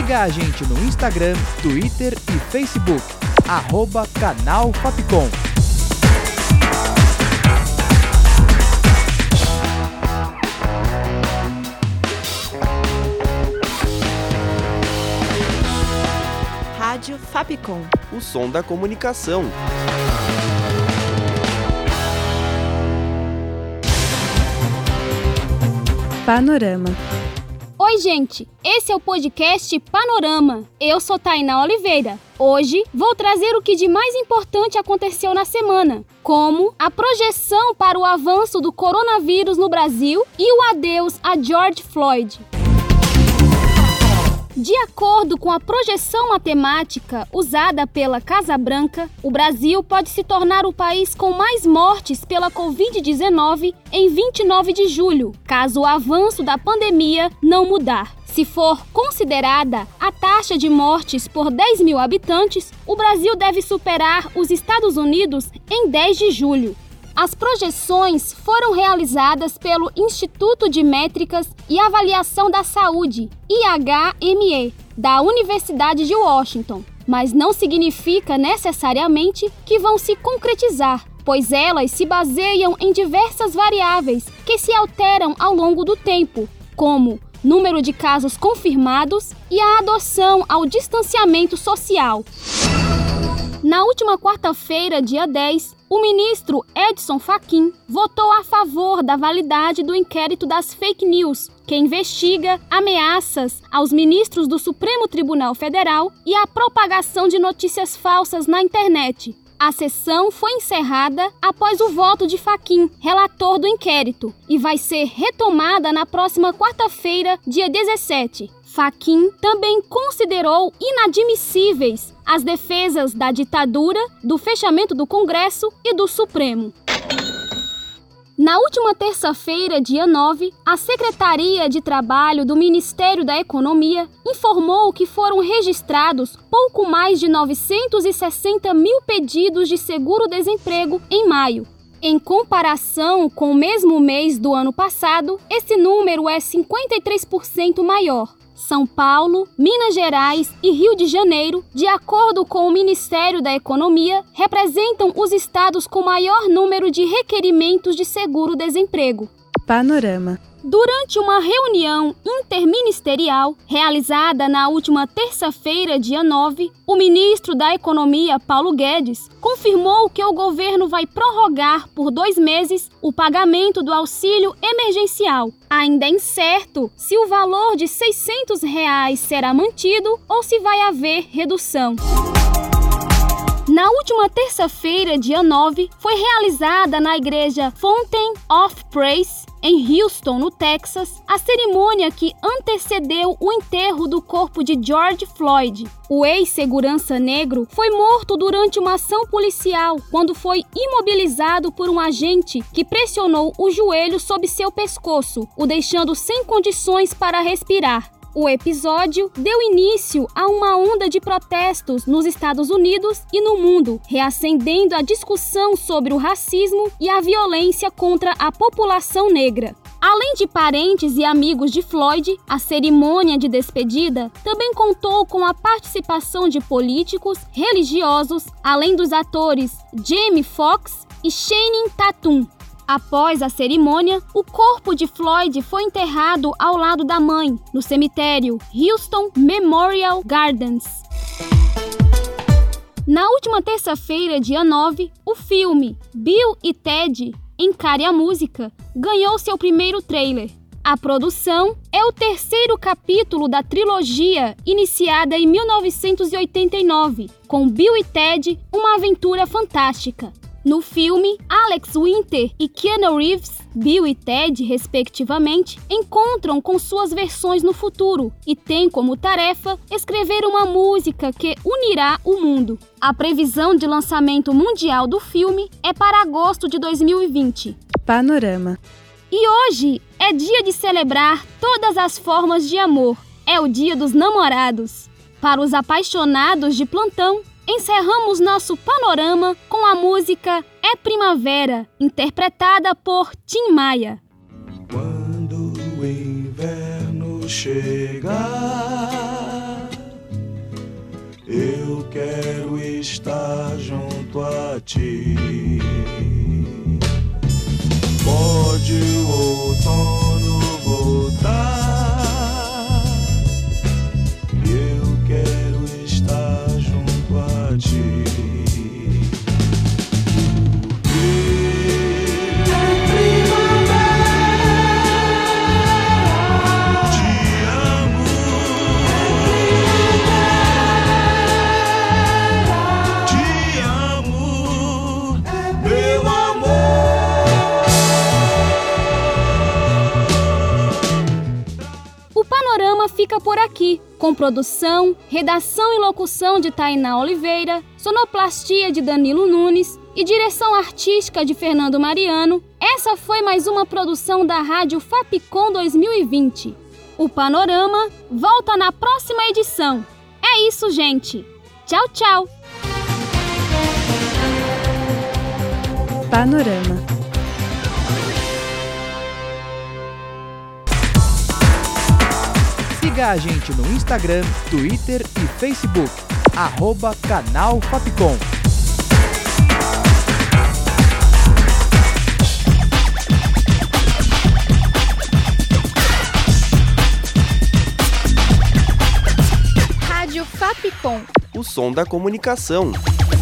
Siga a gente no Instagram, Twitter e Facebook, @Canal Fapcom. Rádio Fapcom. O som da comunicação. Panorama. Oi, gente! Esse é o podcast Panorama. Eu sou Tainá Oliveira. Hoje vou trazer o que de mais importante aconteceu na semana, como a projeção para o avanço do coronavírus no Brasil e o adeus a George Floyd. De acordo com a projeção matemática usada pela Casa Branca, o Brasil pode se tornar o país com mais mortes pela Covid-19 em 29 de julho, caso o avanço da pandemia não mudar. Se for considerada a taxa de mortes por 10 mil habitantes, o Brasil deve superar os Estados Unidos em 10 de julho. As projeções foram realizadas pelo Instituto de Métricas e Avaliação da Saúde, IHME, da Universidade de Washington, mas não significa necessariamente que vão se concretizar, pois elas se baseiam em diversas variáveis que se alteram ao longo do tempo, como número de casos confirmados e a adoção ao distanciamento social. Na última quarta-feira, dia 10, o ministro Edson Fachin votou a favor da validade do inquérito das fake news, que investiga ameaças aos ministros do Supremo Tribunal Federal e a propagação de notícias falsas na internet. A sessão foi encerrada após o voto de Fachin, relator do inquérito, e vai ser retomada na próxima quarta-feira, dia 17. Fachin também considerou inadmissíveis as defesas da ditadura, do fechamento do Congresso e do Supremo. Na última terça-feira, dia 9, a Secretaria de Trabalho do Ministério da Economia informou que foram registrados pouco mais de 960 mil pedidos de seguro-desemprego em maio. Em comparação com o mesmo mês do ano passado, esse número é 53% maior. São Paulo, Minas Gerais e Rio de Janeiro, de acordo com o Ministério da Economia, representam os estados com maior número de requerimentos de seguro-desemprego. Panorama. Durante uma reunião interministerial realizada na última terça-feira, dia 9, o ministro da Economia, Paulo Guedes, confirmou que o governo vai prorrogar por 2 meses o pagamento do auxílio emergencial. Ainda é incerto se o valor de R$ 600 será mantido ou se vai haver redução. Na última terça-feira, dia 9, foi realizada na igreja Fountain of Praise, em Houston, no Texas, a cerimônia que antecedeu o enterro do corpo de George Floyd. O ex-segurança negro foi morto durante uma ação policial quando foi imobilizado por um agente que pressionou o joelho sob seu pescoço, o deixando sem condições para respirar. O episódio deu início a uma onda de protestos nos Estados Unidos e no mundo, reacendendo a discussão sobre o racismo e a violência contra a população negra. Além de parentes e amigos de Floyd, a cerimônia de despedida também contou com a participação de políticos, religiosos, além dos atores Jamie Foxx e Channing Tatum. Após a cerimônia, o corpo de Floyd foi enterrado ao lado da mãe, no cemitério Houston Memorial Gardens. Na última terça-feira, dia 9, o filme Bill e Ted, Encare a Música, ganhou seu primeiro trailer. A produção é o terceiro capítulo da trilogia iniciada em 1989, com Bill e Ted, Uma Aventura Fantástica. No filme, Alex Winter e Keanu Reeves, Bill e Ted, respectivamente, encontram com suas versões no futuro e têm como tarefa escrever uma música que unirá o mundo. A previsão de lançamento mundial do filme é para agosto de 2020. Panorama. E hoje é dia de celebrar todas as formas de amor. É o dia dos namorados. Para os apaixonados de plantão, encerramos nosso panorama com a música É Primavera, interpretada por Tim Maia. Quando o inverno chegar, estar junto a ti. Pode o outono voltar, eu quero estar junto a ti. Fica por aqui, com produção, redação e locução de Tainá Oliveira, sonoplastia de Danilo Nunes e direção artística de Fernando Mariano. Essa foi mais uma produção da Rádio Fapcom 2020. O Panorama volta na próxima edição. É isso, gente. Tchau, tchau. Panorama. Siga a gente no Instagram, Twitter e Facebook, @Canal Fapcom. Rádio Fapcom. O som da comunicação.